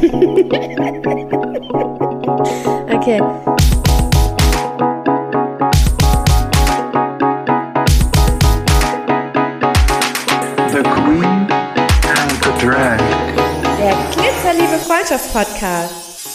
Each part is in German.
Okay. The Queen and the Drag. Der Glitzerliebe Freundschaftspodcast.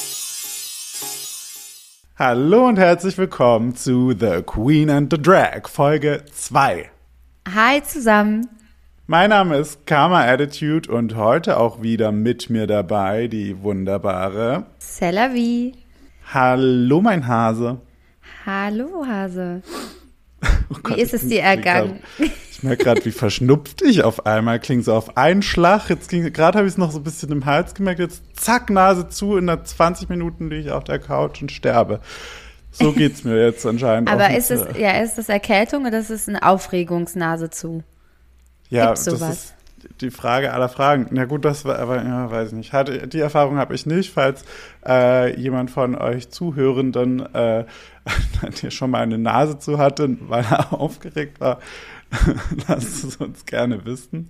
Hallo und herzlich willkommen zu The Queen and the Drag, Folge 2. Hi zusammen. Mein Name ist Karma Attitude und heute auch wieder mit mir dabei die wunderbare C'est la vie. Hallo mein Hase. Hallo Hase. Oh Gott, Wie ist es dir ergangen? Ich merke gerade, wie verschnupft ich auf einmal. Klingt so auf einen Schlag. Gerade habe ich es noch so ein bisschen im Hals gemerkt. Jetzt zack, Nase zu. In der 20 Minuten liege ich auf der Couch und sterbe. So geht's mir jetzt anscheinend. Aber ist das Erkältung oder ist es eine Aufregungsnase zu? Ja, Gibt's das sowas? ist die Frage aller Fragen. Na gut, das war, aber ja, weiß ich nicht. Die Erfahrung habe ich nicht. Falls jemand von euch Zuhörenden der schon mal eine Nase zu hatte, weil er aufgeregt war, lasst es uns gerne wissen.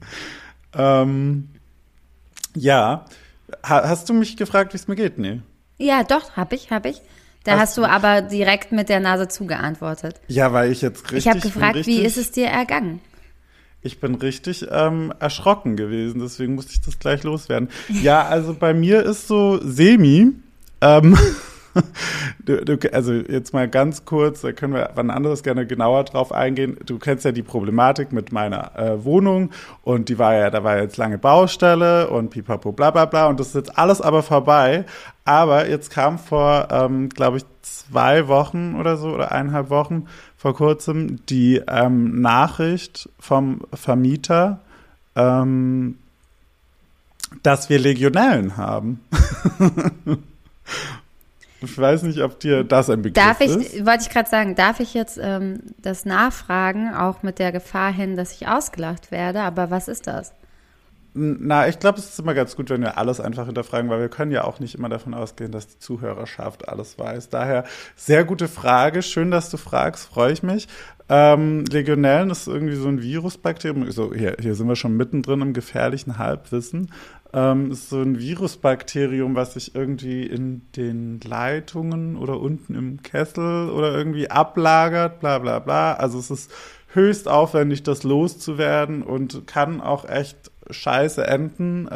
Ja, hast du mich gefragt, wie es mir geht? Nee. Ja, doch, hab ich. Da hast du aber direkt mit der Nase zugeantwortet. Ja, weil ich jetzt richtig... Ich habe gefragt, wie ist es dir ergangen? Ich bin richtig erschrocken gewesen, deswegen musste ich das gleich loswerden. Ja, also bei mir ist so semi. Also jetzt mal ganz kurz, da können wir wann anderes gerne genauer drauf eingehen. Du kennst ja die Problematik mit meiner Wohnung und da war jetzt lange Baustelle und pipapo bla bla bla und das ist jetzt alles aber vorbei. Aber jetzt kam vor, glaube ich, 2 Wochen oder so oder 1,5 Wochen vor kurzem die Nachricht vom Vermieter, dass wir Legionellen haben. Ich weiß nicht, ob dir das ein Begriff ist. Wollte ich gerade sagen, darf ich jetzt das nachfragen, auch mit der Gefahr hin, dass ich ausgelacht werde, aber was ist das? Na, ich glaube, es ist immer ganz gut, wenn wir alles einfach hinterfragen, weil wir können ja auch nicht immer davon ausgehen, dass die Zuhörerschaft alles weiß. Daher sehr gute Frage, schön, dass du fragst, freue ich mich. Legionellen ist irgendwie so ein Virusbakterium, so, hier sind wir schon mittendrin im gefährlichen Halbwissen. Ist so ein Virusbakterium, was sich irgendwie in den Leitungen oder unten im Kessel oder irgendwie ablagert, bla bla bla. Also es ist höchst aufwendig, das loszuwerden und kann auch echt scheiße enden,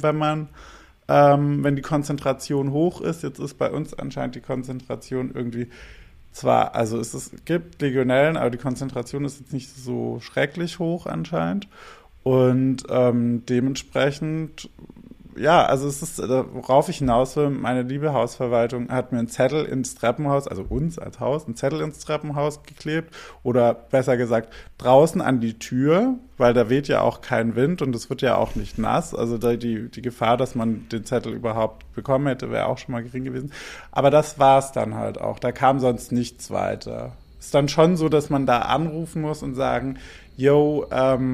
wenn die Konzentration hoch ist. Jetzt ist bei uns anscheinend die Konzentration irgendwie also es gibt Legionellen, aber die Konzentration ist jetzt nicht so schrecklich hoch anscheinend. Und dementsprechend, ja, also es ist, worauf ich hinaus will, meine liebe Hausverwaltung hat mir einen Zettel ins Treppenhaus, also uns als Haus, einen Zettel ins Treppenhaus geklebt oder besser gesagt draußen an die Tür, weil da weht ja auch kein Wind und es wird ja auch nicht nass. Also die Gefahr, dass man den Zettel überhaupt bekommen hätte, wäre auch schon mal gering gewesen. Aber das war's dann halt auch. Da kam sonst nichts weiter. Ist dann schon so, dass man da anrufen muss und sagen, yo,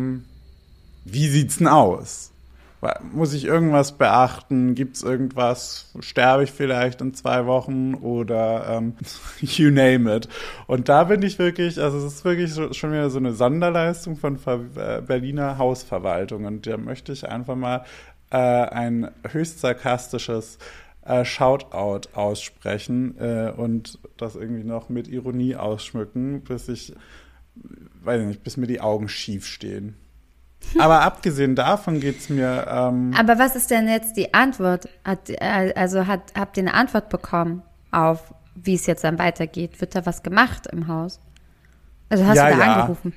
wie sieht's denn aus? Muss ich irgendwas beachten? Gibt's irgendwas? Sterbe ich vielleicht in 2 Wochen? Oder you name it. Und da bin ich wirklich, also es ist wirklich schon wieder so eine Sonderleistung von Berliner Hausverwaltung. Und da möchte ich einfach mal ein höchst sarkastisches Shoutout aussprechen und das irgendwie noch mit Ironie ausschmücken, bis mir die Augen schief stehen. Aber abgesehen davon geht's mir... Aber was ist denn jetzt die Antwort? Habt ihr eine Antwort bekommen auf, wie es jetzt dann weitergeht? Wird da was gemacht im Haus? Also hast du da angerufen?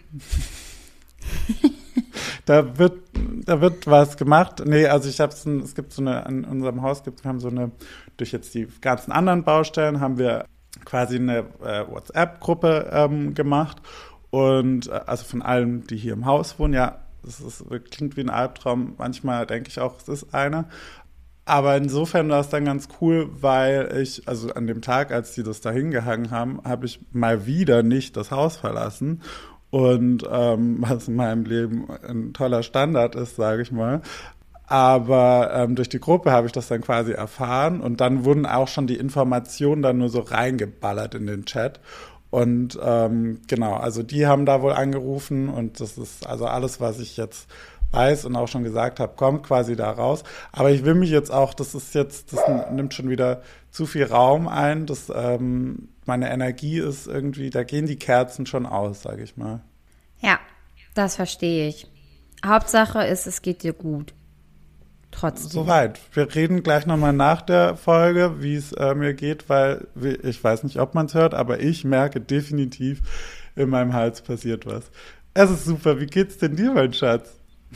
Da wird was gemacht. Nee, also es gibt so eine, in unserem Haus wir haben so eine, durch jetzt die ganzen anderen Baustellen haben wir quasi eine WhatsApp-Gruppe gemacht. Und also von allen, die hier im Haus wohnen, ja, klingt wie ein Albtraum. Manchmal denke ich auch, es ist einer. Aber insofern war es dann ganz cool, weil ich, also an dem Tag, als die das da hingehangen haben, habe ich mal wieder nicht das Haus verlassen. Und was in meinem Leben ein toller Standard ist, sage ich mal. Aber durch die Gruppe habe ich das dann quasi erfahren. Und dann wurden auch schon die Informationen dann nur so reingeballert in den Chat. Und genau, also die haben da wohl angerufen und das ist also alles, was ich jetzt weiß und auch schon gesagt habe, kommt quasi da raus. Aber ich will mich jetzt auch, das nimmt schon wieder zu viel Raum ein, meine Energie ist irgendwie, da gehen die Kerzen schon aus, sage ich mal. Ja, das verstehe ich. Hauptsache ist, es geht dir gut. Trotzdem. Soweit. Wir reden gleich nochmal nach der Folge, wie es mir geht, weil ich weiß nicht, ob man es hört, aber ich merke definitiv, in meinem Hals passiert was. Es ist super. Wie geht's denn dir, mein Schatz?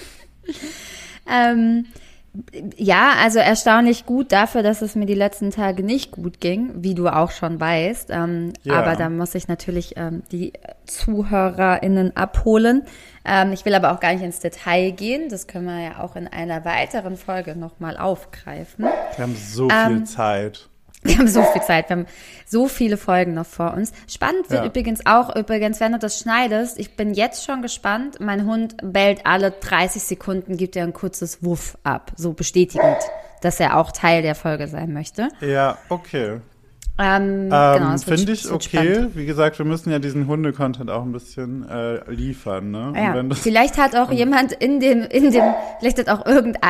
Ja, also erstaunlich gut dafür, dass es mir die letzten Tage nicht gut ging, wie du auch schon weißt. Ja. Aber da muss ich natürlich die ZuhörerInnen abholen. Ich will aber auch gar nicht ins Detail gehen. Das können wir ja auch in einer weiteren Folge nochmal aufgreifen. Wir haben so viel Zeit. Wir haben so viel Zeit, wir haben so viele Folgen noch vor uns. Spannend wird übrigens, wenn du das schneidest, ich bin jetzt schon gespannt, mein Hund bellt alle 30 Sekunden, gibt er ein kurzes Wuff ab, so bestätigend, dass er auch Teil der Folge sein möchte. Ja, okay. Genau, finde ich okay. Spannend. Wie gesagt, wir müssen ja diesen Hunde-Content auch ein bisschen liefern, ne? Ja. Und Vielleicht hat auch jemand vielleicht hat auch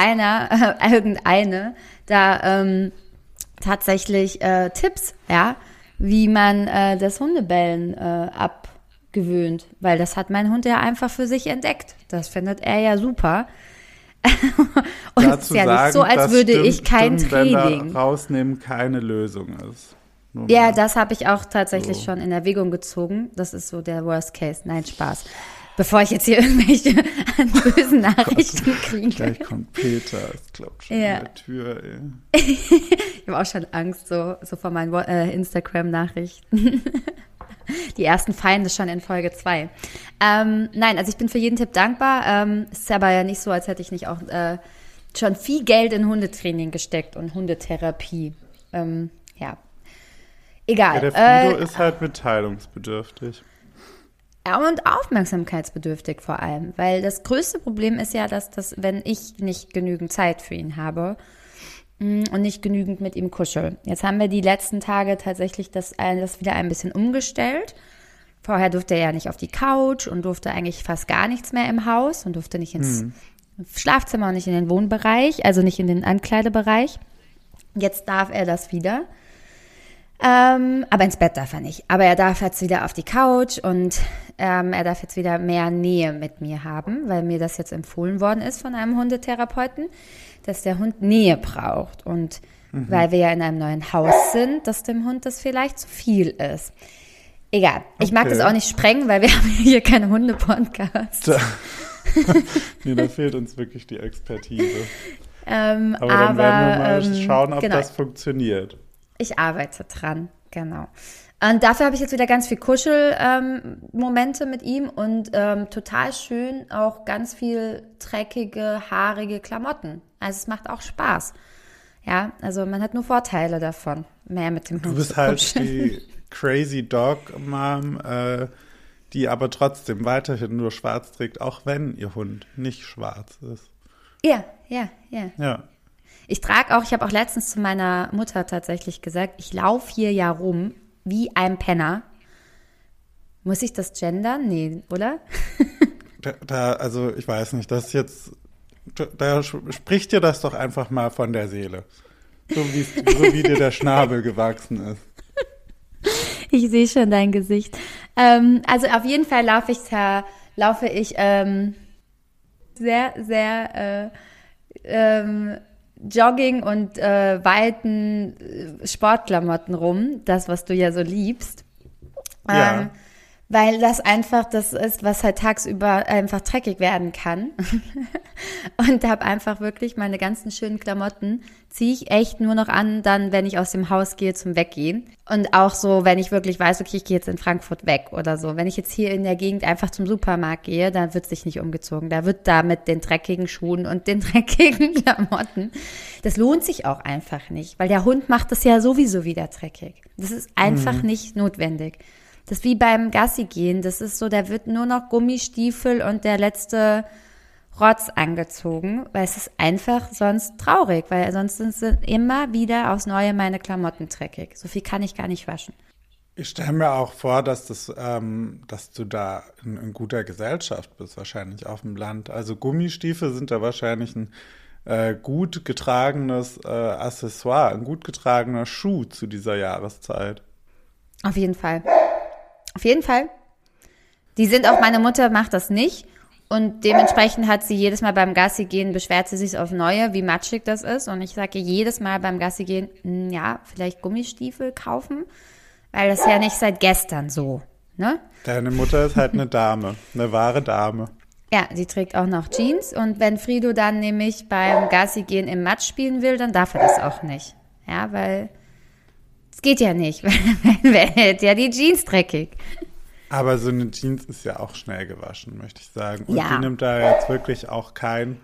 irgendeine da tatsächlich Tipps, ja, wie man das Hundebellen abgewöhnt, weil das hat mein Hund ja einfach für sich entdeckt. Das findet er ja super. Und es ist ja nicht so, als würde ich kein Training rausnehmen keine Lösung ist. Ja, das habe ich auch tatsächlich schon in Erwägung gezogen. Das ist so der Worst Case. Nein, Spaß. Bevor ich jetzt hier irgendwelche bösen Nachrichten kriege. Gleich kommt Peter, es klopft schon an der Tür. Ey. Ich habe auch schon Angst so vor meinen Instagram-Nachrichten. Die ersten Feinde schon in Folge 2. Nein, also ich bin für jeden Tipp dankbar. Es ist aber ja nicht so, als hätte ich nicht auch schon viel Geld in Hundetraining gesteckt und Hundetherapie. Ja. Egal. Ja, der Fido ist halt mitteilungsbedürftig. Ja, und aufmerksamkeitsbedürftig vor allem. Weil das größte Problem ist ja, dass wenn ich nicht genügend Zeit für ihn habe und nicht genügend mit ihm kuschel. Jetzt haben wir die letzten Tage tatsächlich das wieder ein bisschen umgestellt. Vorher durfte er ja nicht auf die Couch und durfte eigentlich fast gar nichts mehr im Haus und durfte nicht ins Schlafzimmer und nicht in den Wohnbereich, also nicht in den Ankleidebereich. Jetzt darf er das wieder. Aber ins Bett darf er nicht. Aber er darf jetzt wieder auf die Couch und er darf jetzt wieder mehr Nähe mit mir haben, weil mir das jetzt empfohlen worden ist von einem Hundetherapeuten, dass der Hund Nähe braucht. Und weil wir ja in einem neuen Haus sind, dass dem Hund das vielleicht zu viel ist. Egal. Ich mag das auch nicht sprengen, weil wir haben hier keine Hunde-Podcasts. Nee, da fehlt uns wirklich die Expertise. Aber dann werden wir mal schauen, ob das funktioniert. Ich arbeite dran, genau. Und dafür habe ich jetzt wieder ganz viel Kuschelmomente mit ihm und total schön auch ganz viel dreckige, haarige Klamotten. Also es macht auch Spaß. Ja, also man hat nur Vorteile davon, mehr mit dem Hund zu kuscheln. Du bist halt die Crazy Dog Mom, die aber trotzdem weiterhin nur schwarz trägt, auch wenn ihr Hund nicht schwarz ist. Ja. Ich habe auch letztens zu meiner Mutter tatsächlich gesagt, ich laufe hier ja rum wie ein Penner. Muss ich das gendern? Nee, oder? Also ich weiß nicht, das jetzt, da spricht dir das doch einfach mal von der Seele. So wie dir der Schnabel gewachsen ist. Ich sehe schon dein Gesicht. Also auf jeden Fall laufe ich sehr, sehr Jogging- und weiten Sportklamotten rum, das, was du ja so liebst. Ja. Weil das einfach das ist, was halt tagsüber einfach dreckig werden kann. Und habe einfach wirklich meine ganzen schönen Klamotten, ziehe ich echt nur noch an, dann, wenn ich aus dem Haus gehe zum Weggehen. Und auch so, wenn ich wirklich weiß, okay, ich gehe jetzt in Frankfurt weg oder so. Wenn ich jetzt hier in der Gegend einfach zum Supermarkt gehe, dann wird sich nicht umgezogen. Da wird da mit den dreckigen Schuhen und den dreckigen Klamotten. Das lohnt sich auch einfach nicht, weil der Hund macht das ja sowieso wieder dreckig. Das ist einfach nicht notwendig. Das ist wie beim Gassi gehen. Das ist so, da wird nur noch Gummistiefel und der letzte Rotz angezogen, weil es ist einfach sonst traurig, weil sonst sind immer wieder aufs Neue meine Klamotten dreckig. So viel kann ich gar nicht waschen. Ich stelle mir auch vor, dass dass du da in guter Gesellschaft bist, wahrscheinlich auf dem Land. Also Gummistiefel sind da wahrscheinlich ein gut getragenes Accessoire, ein gut getragener Schuh zu dieser Jahreszeit. Auf jeden Fall. Auf jeden Fall. Die sind auch, meine Mutter macht das nicht. Und dementsprechend hat sie jedes Mal beim Gassi gehen, beschwert sie sich aufs Neue, wie matschig das ist. Und ich sage ihr jedes Mal beim Gassi gehen, ja, vielleicht Gummistiefel kaufen, weil das ja nicht seit gestern so, ne? Deine Mutter ist halt eine Dame, eine wahre Dame. Ja, sie trägt auch noch Jeans. Und wenn Frido dann nämlich beim Gassi gehen im Matsch spielen will, dann darf er das auch nicht. Ja, weil es geht ja nicht, weil wird ja die Jeans dreckig. Aber so eine Jeans ist ja auch schnell gewaschen, möchte ich sagen. Und Ja. die nimmt da jetzt wirklich auch keinem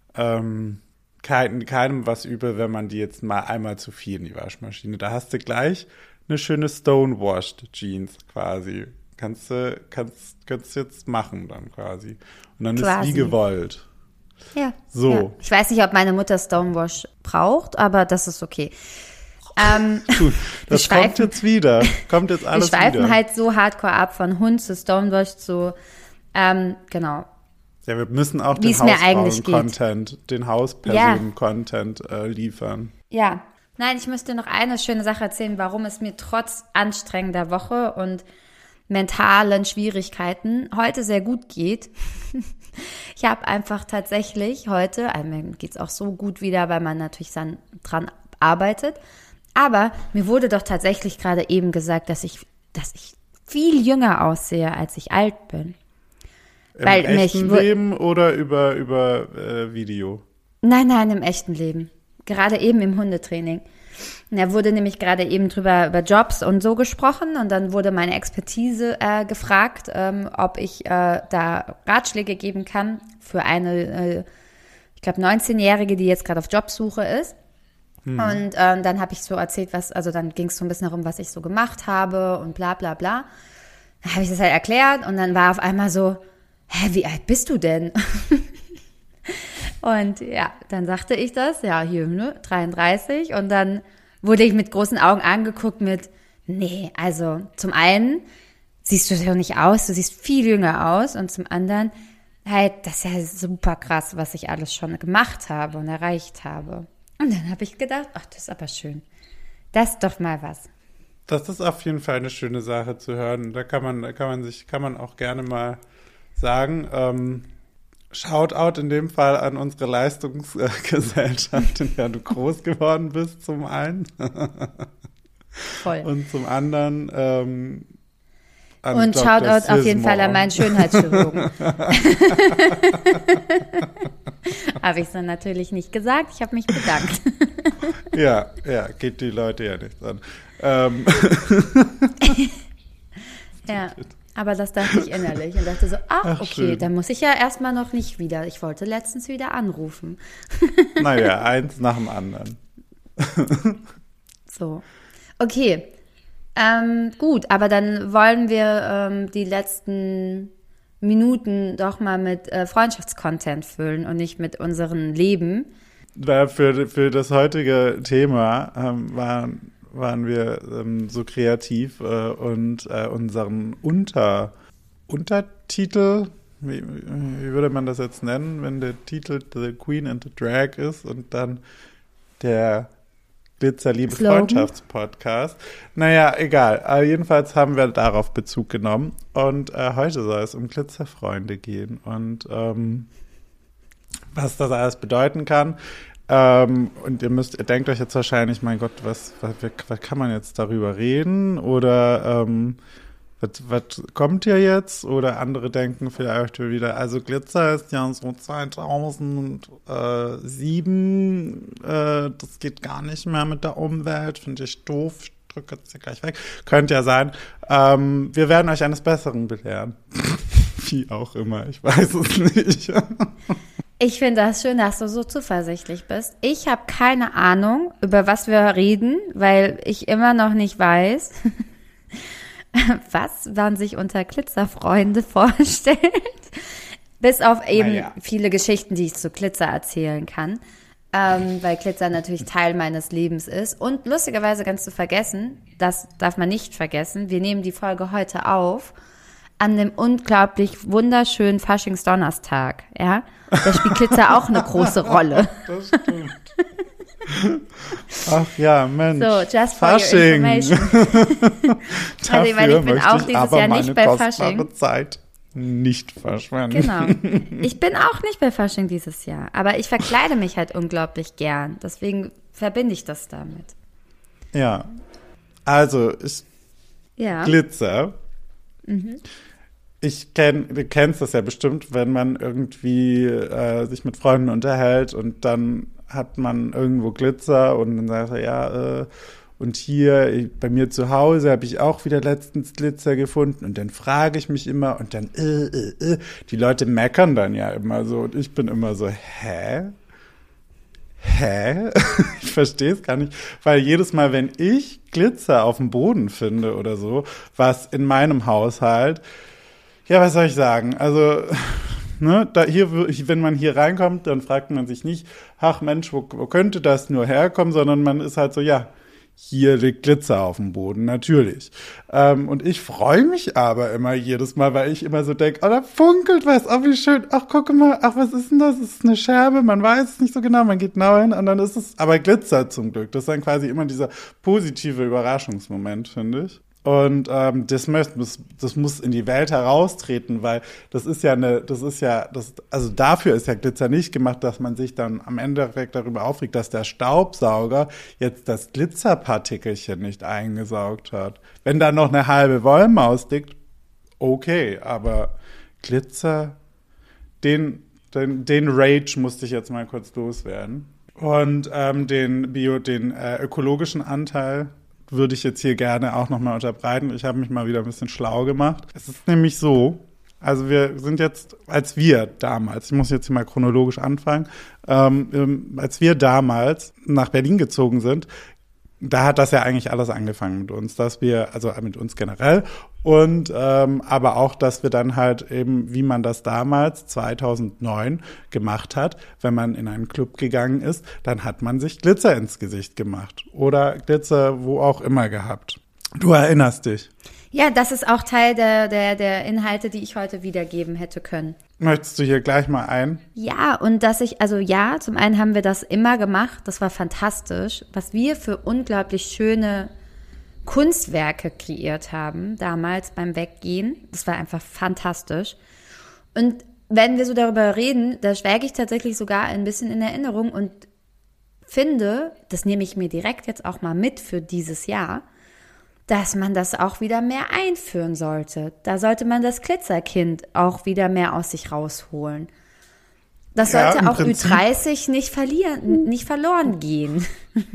was übel, wenn man die jetzt mal einmal zu viel in die Waschmaschine. Da hast du gleich eine schöne Stonewashed Jeans quasi. Kannst du jetzt machen dann quasi. Und dann ist Quasi. wie gewollt. Ja. So. Ja. Ich weiß nicht, ob meine Mutter Stonewash braucht, aber das ist okay. Gut, das wir kommt jetzt wieder. Kommt jetzt Wir alles schweifen wieder. halt so hardcore ab von Hund zu Stonewash zu, genau. Ja, wir müssen auch Wie den es mir eigentlich Hausfrauen-Content, den Hauspersonen-Content liefern. Ja. Nein, ich müsste noch eine schöne Sache erzählen, warum es mir trotz anstrengender Woche und mentalen Schwierigkeiten heute sehr gut geht. Ich habe einfach tatsächlich heute, mir geht's auch so gut wieder, weil man natürlich dann dran arbeitet, aber mir wurde doch tatsächlich gerade eben gesagt, dass ich viel jünger aussehe, als ich alt bin. Im Weil echten Leben oder über Video? Nein, im echten Leben. Gerade eben im Hundetraining. Und da wurde nämlich gerade eben über Jobs und so gesprochen und dann wurde meine Expertise gefragt, ob ich da Ratschläge geben kann für eine, ich glaube 19-Jährige, die jetzt gerade auf Jobsuche ist. Und dann habe ich so erzählt, dann ging es so ein bisschen darum, was ich so gemacht habe und bla bla bla. Dann habe ich das halt erklärt und dann war auf einmal so, wie alt bist du denn? Und ja, dann sagte ich das, ja, hier, ne, 33. Und dann wurde ich mit großen Augen angeguckt mit, nee, also zum einen siehst du so nicht aus, du siehst viel jünger aus. Und zum anderen halt, das ist ja super krass, was ich alles schon gemacht habe und erreicht habe. Und dann habe ich gedacht, ach, das ist aber schön. Das ist doch mal was. Das ist auf jeden Fall eine schöne Sache zu hören. Da kann man auch gerne mal sagen, Shoutout in dem Fall an unsere Leistungsgesellschaft, in der du groß geworden bist, zum einen. Voll. Und zum anderen an Und Dr. Shoutout auf jeden Fall an meinen Schönheitschirurgen. Habe ich so natürlich nicht gesagt. Ich habe mich bedankt. Ja, geht die Leute ja nichts an. Ja, aber das dachte ich innerlich und dachte so, ach okay, schön. dann muss ich ja erstmal noch nicht wieder. Ich wollte letztens wieder anrufen. Naja, eins nach dem anderen. So, okay. Gut, aber dann wollen wir die letzten Minuten doch mal mit Freundschaftscontent füllen und nicht mit unserem Leben. Für das heutige Thema waren wir so kreativ und unseren Untertitel, wie würde man das jetzt nennen, wenn der Titel The Queen and the Drag ist und dann der Glitzerliebe Slogan. Freundschaftspodcast. Naja, egal. Jedenfalls haben wir darauf Bezug genommen und heute soll es um Glitzerfreunde gehen und was das alles bedeuten kann. Und ihr denkt euch jetzt wahrscheinlich, mein Gott, was kann man jetzt darüber reden? Oder was kommt hier jetzt? Oder andere denken vielleicht wieder, also Glitzer ist ja so 2007, das geht gar nicht mehr mit der Umwelt, finde ich doof, ich drücke jetzt hier gleich weg. Könnte ja sein. Wir werden euch eines Besseren belehren. Wie auch immer, ich weiß es nicht. Ich finde das schön, dass du so zuversichtlich bist. Ich habe keine Ahnung, über was wir reden, weil ich immer noch nicht weiß, was man sich unter Glitzerfreunde vorstellt. Bis auf eben viele Geschichten, die ich zu Glitzer erzählen kann. weil Glitzer natürlich Teil meines Lebens ist. Und lustigerweise ganz zu vergessen, das darf man nicht vergessen, wir nehmen die Folge heute auf an dem unglaublich wunderschönen Faschingsdonnerstag. Ja? Da spielt Glitzer auch eine große Rolle. Das stimmt. Ach ja, Mensch. So, just for Fasching. your information. Also, ich meine, ich bin auch dieses Jahr nicht bei Fasching. Zeit nicht verschwenden. Genau. Ich bin auch nicht bei Fasching dieses Jahr, aber ich verkleide mich halt unglaublich gern. Deswegen verbinde ich das damit. Ja. Also, Ja. Glitzer. Du kennst das ja bestimmt, wenn man irgendwie sich mit Freunden unterhält und dann hat man irgendwo Glitzer und dann sagt er, ja, und hier bei mir zu Hause habe ich auch wieder letztens Glitzer gefunden und dann frage ich mich immer und dann, die Leute meckern dann ja immer so und ich bin immer so, hä? Ich verstehe es gar nicht, weil jedes Mal, wenn ich Glitzer auf dem Boden finde oder so, was in meinem Haushalt, ja, was soll ich sagen, also ne, wenn man hier reinkommt, dann fragt man sich nicht, ach Mensch, wo könnte das nur herkommen, sondern man ist halt so, ja, hier liegt Glitzer auf dem Boden, natürlich. Und ich freue mich aber immer jedes Mal, weil ich immer so denke, oh, da funkelt was, oh, wie schön, ach, guck mal, ach, was ist denn das? Ist es eine Scherbe? Man weiß es nicht so genau, man geht genau hin und dann ist es aber Glitzer zum Glück. Das ist dann quasi immer dieser positive Überraschungsmoment, finde ich. Und das muss in die Welt heraustreten, weil also dafür ist ja Glitzer nicht gemacht, dass man sich dann am Ende direkt darüber aufregt, dass der Staubsauger jetzt das Glitzerpartikelchen nicht eingesaugt hat. Wenn da noch eine halbe Wollmaus liegt, okay, aber Glitzer, den Rage musste ich jetzt mal kurz loswerden. Und den ökologischen Anteil würde ich jetzt hier gerne auch nochmal unterbreiten. Ich habe mich mal wieder ein bisschen schlau gemacht. Es ist nämlich so, also wir sind jetzt, als wir damals, ich muss jetzt hier mal chronologisch anfangen, als wir damals nach Berlin gezogen sind, da hat das ja eigentlich alles angefangen mit uns, also mit uns generell und aber auch, dass wir dann halt eben, wie man das damals 2009 gemacht hat, wenn man in einen Club gegangen ist, dann hat man sich Glitzer ins Gesicht gemacht oder Glitzer wo auch immer gehabt. Du erinnerst dich. Ja, das ist auch Teil der Inhalte, die ich heute wiedergeben hätte können. Möchtest du hier gleich mal ein? Ja, und zum einen haben wir das immer gemacht, das war fantastisch, was wir für unglaublich schöne Kunstwerke kreiert haben, damals beim Weggehen. Das war einfach fantastisch. Und wenn wir so darüber reden, da schwelge ich tatsächlich sogar ein bisschen in Erinnerung und finde, das nehme ich mir direkt jetzt auch mal mit für dieses Jahr, dass man das auch wieder mehr einführen sollte. Da sollte man das Glitzerkind auch wieder mehr aus sich rausholen. Das sollte auch Prinzip Ü30 nicht verloren gehen.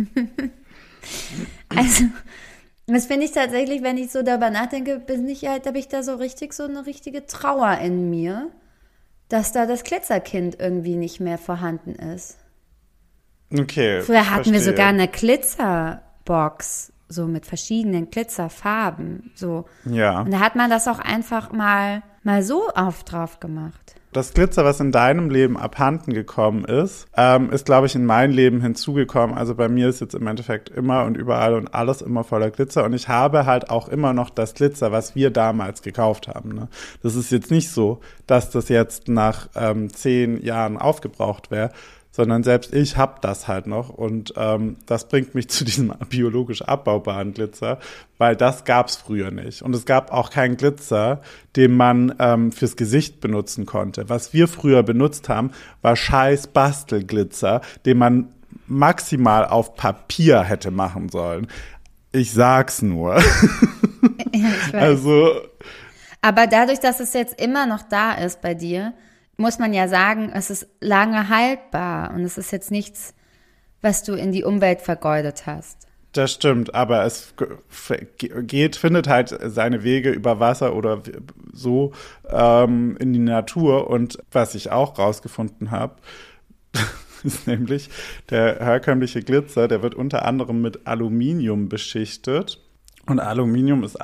Also, das finde ich tatsächlich, wenn ich so darüber nachdenke, habe ich da so eine richtige Trauer in mir, dass da das Glitzerkind irgendwie nicht mehr vorhanden ist. Okay. Früher hatten wir sogar eine Glitzerbox, so mit verschiedenen Glitzerfarben, so. Ja. Und da hat man das auch einfach mal so drauf gemacht. Das Glitzer, was in deinem Leben abhanden gekommen ist, glaube ich, in mein Leben hinzugekommen. Also bei mir ist jetzt im Endeffekt immer und überall und alles immer voller Glitzer. Und ich habe halt auch immer noch das Glitzer, was wir damals gekauft haben. Ne? Das ist jetzt nicht so, dass das jetzt nach 10 Jahren aufgebraucht wäre, sondern selbst ich habe das halt noch und das bringt mich zu diesem biologisch abbaubaren Glitzer, weil das gab's früher nicht. Und es gab auch keinen Glitzer, den man fürs Gesicht benutzen konnte. Was wir früher benutzt haben, war scheiß Bastelglitzer, den man maximal auf Papier hätte machen sollen. Ich sag's nur. Ja, ich weiß. Also, aber dadurch, dass es jetzt immer noch da ist bei dir, muss man ja sagen, es ist lange haltbar und es ist jetzt nichts, was du in die Umwelt vergeudet hast. Das stimmt, aber es findet halt seine Wege über Wasser oder so in die Natur. Und was ich auch rausgefunden habe, ist nämlich der herkömmliche Glitzer, der wird unter anderem mit Aluminium beschichtet. Und Aluminium ist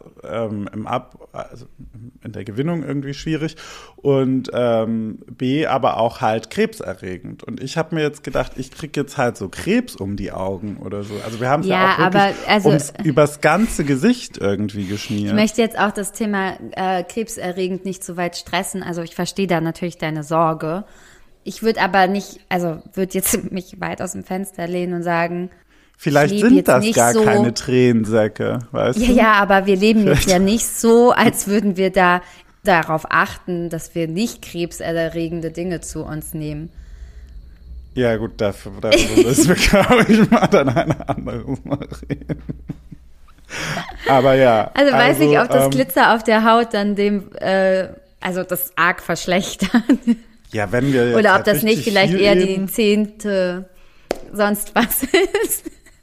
also in der Gewinnung irgendwie schwierig und B, aber auch halt krebserregend. Und ich habe mir jetzt gedacht, ich kriege jetzt halt so Krebs um die Augen oder so. Also wir haben es ja auch wirklich übers ganze Gesicht irgendwie geschmiert. Ich möchte jetzt auch das Thema krebserregend nicht so weit stressen. Also ich verstehe da natürlich deine Sorge. Ich würde aber nicht, also würde jetzt mich weit aus dem Fenster lehnen und sagen, vielleicht sind das gar so keine Tränensäcke, weißt du? Ja, aber wir leben jetzt ja nicht so, als würden wir darauf achten, dass wir nicht krebserregende Dinge zu uns nehmen. Ja gut, darüber müssen wir, glaube ich, mal dann ein anderes Mal reden. Aber ja. Also weiß nicht, ob das Glitzer auf der Haut dann das arg verschlechtert. Ja, wenn wir jetzt oder ob halt das nicht vielleicht eher reden, die 10. sonst was ist.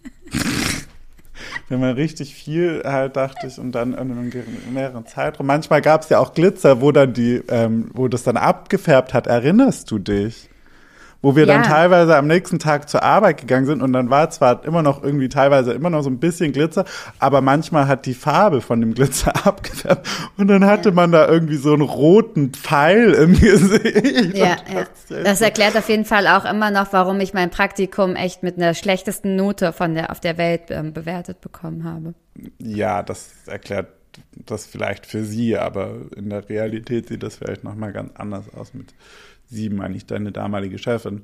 Wenn man richtig viel halt, dachte ich, und dann in einem mehreren Zeitraum. Manchmal gab es ja auch Glitzer, wo dann wo das dann abgefärbt hat. Erinnerst du dich? Wo wir dann teilweise am nächsten Tag zur Arbeit gegangen sind und dann war zwar immer noch irgendwie teilweise immer noch so ein bisschen Glitzer, aber manchmal hat die Farbe von dem Glitzer abgefärbt und dann hatte man da irgendwie so einen roten Pfeil im Gesicht. Ja. Das erklärt auf jeden Fall auch immer noch, warum ich mein Praktikum echt mit einer schlechtesten Note auf der Welt bewertet bekommen habe. Ja, das erklärt das vielleicht für sie, aber in der Realität sieht das vielleicht nochmal ganz anders aus mit 7, eigentlich deine damalige Chefin.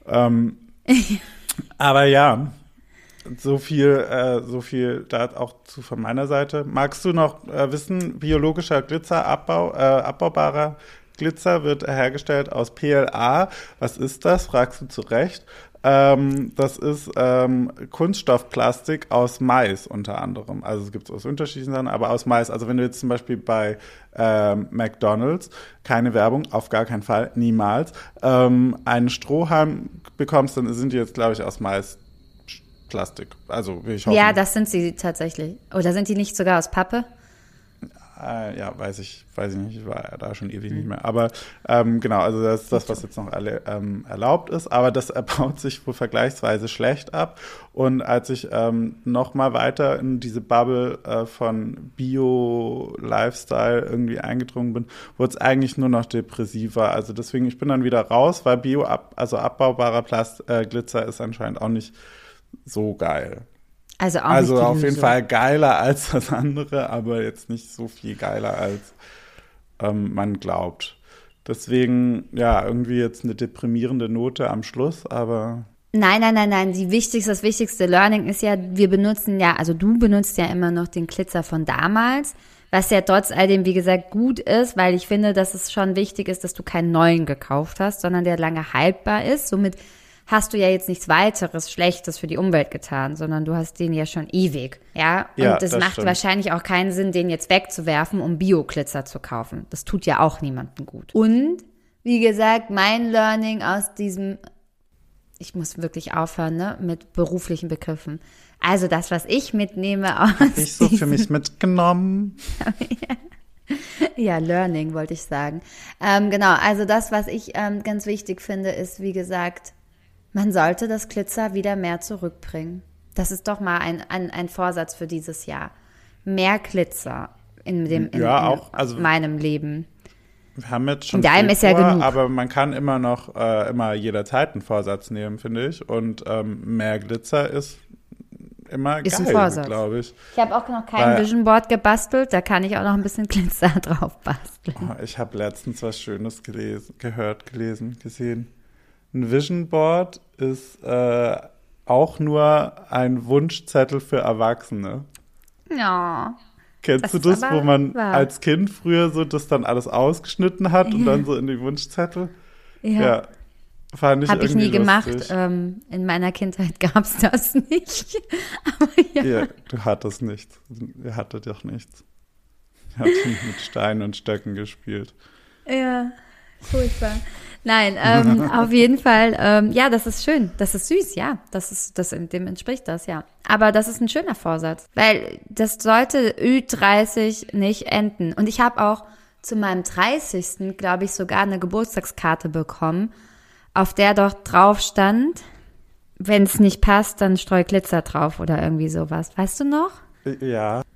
Aber ja, so viel da auch von meiner Seite. Magst du noch wissen, biologischer Glitzerabbau, abbaubarer Glitzer wird hergestellt aus PLA. Was ist das? Fragst du zu Recht. Das ist Kunststoffplastik aus Mais unter anderem. Also es gibt es aus unterschiedlichen Sachen, aber aus Mais. Also wenn du jetzt zum Beispiel bei McDonald's, keine Werbung, auf gar keinen Fall, niemals, einen Strohhalm bekommst, dann sind die jetzt, glaube ich, aus Maisplastik. Also will ich hoffen. Ja, das sind sie tatsächlich. Oder sind die nicht sogar aus Pappe? Ja, weiß ich nicht, ich war da schon ewig nicht mehr. Aber genau, also das ist das, was jetzt noch erlaubt ist. Aber das baut sich wohl vergleichsweise schlecht ab. Und als ich noch mal weiter in diese Bubble von Bio-Lifestyle irgendwie eingedrungen bin, wurde es eigentlich nur noch depressiver. Also deswegen, ich bin dann wieder raus, weil abbaubarer Glitzer ist anscheinend auch nicht so geil. Also auf jeden Fall geiler als das andere, aber jetzt nicht so viel geiler, als man glaubt. Deswegen, ja, irgendwie jetzt eine deprimierende Note am Schluss, aber... Nein. Das wichtigste Learning ist ja, du benutzt ja immer noch den Glitzer von damals, was ja trotz all dem, wie gesagt, gut ist, weil ich finde, dass es schon wichtig ist, dass du keinen neuen gekauft hast, sondern der lange haltbar ist. Somit hast du ja jetzt nichts weiteres Schlechtes für die Umwelt getan, sondern du hast den ja schon ewig, ja? Und das macht stimmt. Wahrscheinlich auch keinen Sinn, den jetzt wegzuwerfen, um Bio-Glitzer zu kaufen. Das tut ja auch niemandem gut. Und, wie gesagt, mein Learning aus diesem, ich muss wirklich aufhören, ne, mit beruflichen Begriffen. Also das, was ich mitnehme aus ich so für mich mitgenommen. Ja, Learning wollte ich sagen. Genau, also das, was ich ganz wichtig finde, ist, wie gesagt, man sollte das Glitzer wieder mehr zurückbringen. Das ist doch mal ein Vorsatz für dieses Jahr. Mehr Glitzer in meinem Leben. Wir haben jetzt schon viel ist ja genug. Aber man kann immer noch jederzeit einen Vorsatz nehmen, finde ich. Und mehr Glitzer ist immer ist geil, ein Vorsatz, glaube ich. Ich habe auch noch kein Vision Board gebastelt, da kann ich auch noch ein bisschen Glitzer drauf basteln. Oh, ich habe letztens was Schönes gesehen. Ein Vision Board ist auch nur ein Wunschzettel für Erwachsene. Ja. Kennst du das, wo man als Kind früher so das dann alles ausgeschnitten hat und dann so in die Wunschzettel? Ja. Fand ich Hab irgendwie ich nie lustig. gemacht. In meiner Kindheit gab es das nicht. Aber ja, du hattest nichts. Ihr hattet doch nichts. Ihr habt mit Steinen und Stöcken gespielt. Ja, furchtbar. Nein, auf jeden Fall, ja, das ist schön, das ist süß, ja, dem entspricht das, ja. Aber das ist ein schöner Vorsatz, weil das sollte Ü30 nicht enden. Und ich habe auch zu meinem 30., glaube ich, sogar eine Geburtstagskarte bekommen, auf der doch drauf stand, wenn es nicht passt, dann streu Glitzer drauf oder irgendwie sowas. Weißt du noch? Ja.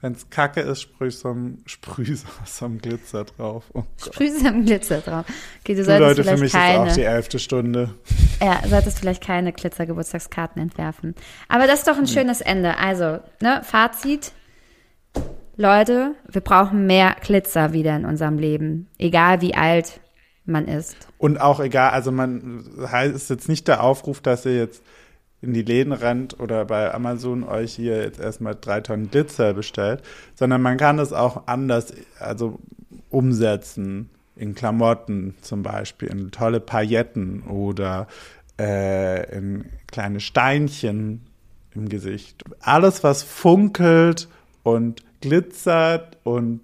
Wenn's Kacke ist, sprüh so ein Glitzer drauf. Oh Gott. Sprüh so ein Glitzer drauf. Okay, du Du, solltest Leute, für mich vielleicht ist auch keine, die 11. Stunde. ja, solltest vielleicht keine Glitzer-Geburtstagskarten entwerfen. Aber das ist doch ein schönes Ende. Also, ne, Fazit. Leute, wir brauchen mehr Glitzer wieder in unserem Leben. Egal wie alt man ist. Und auch egal, also ist jetzt nicht der Aufruf, dass ihr jetzt in die Läden rennt oder bei Amazon euch hier jetzt erstmal 3 Tonnen Glitzer bestellt, sondern man kann es auch anders, also umsetzen in Klamotten zum Beispiel, in tolle Pailletten oder in kleine Steinchen im Gesicht. Alles, was funkelt und glitzert und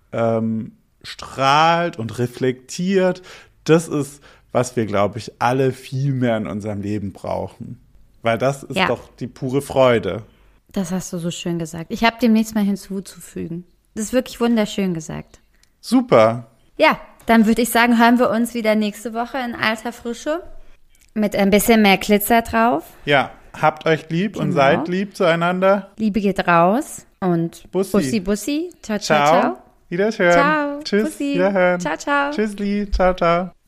strahlt und reflektiert, das ist, was wir, glaube ich, alle viel mehr in unserem Leben brauchen. Weil das ist doch die pure Freude. Das hast du so schön gesagt. Ich habe dem nichts mehr hinzuzufügen. Das ist wirklich wunderschön gesagt. Super. Ja, dann würde ich sagen, hören wir uns wieder nächste Woche in alter Frische mit ein bisschen mehr Glitzer drauf. Ja, habt euch lieb und seid lieb zueinander. Liebe geht raus und Bussi. Bussi, Bussi. Ciao, ciao, Ciao. ciao. Wiederhören. Ciao. Tschüss. Bussi. Wiederhören. Ciao, ciao. Tschüssli. Ciao, ciao.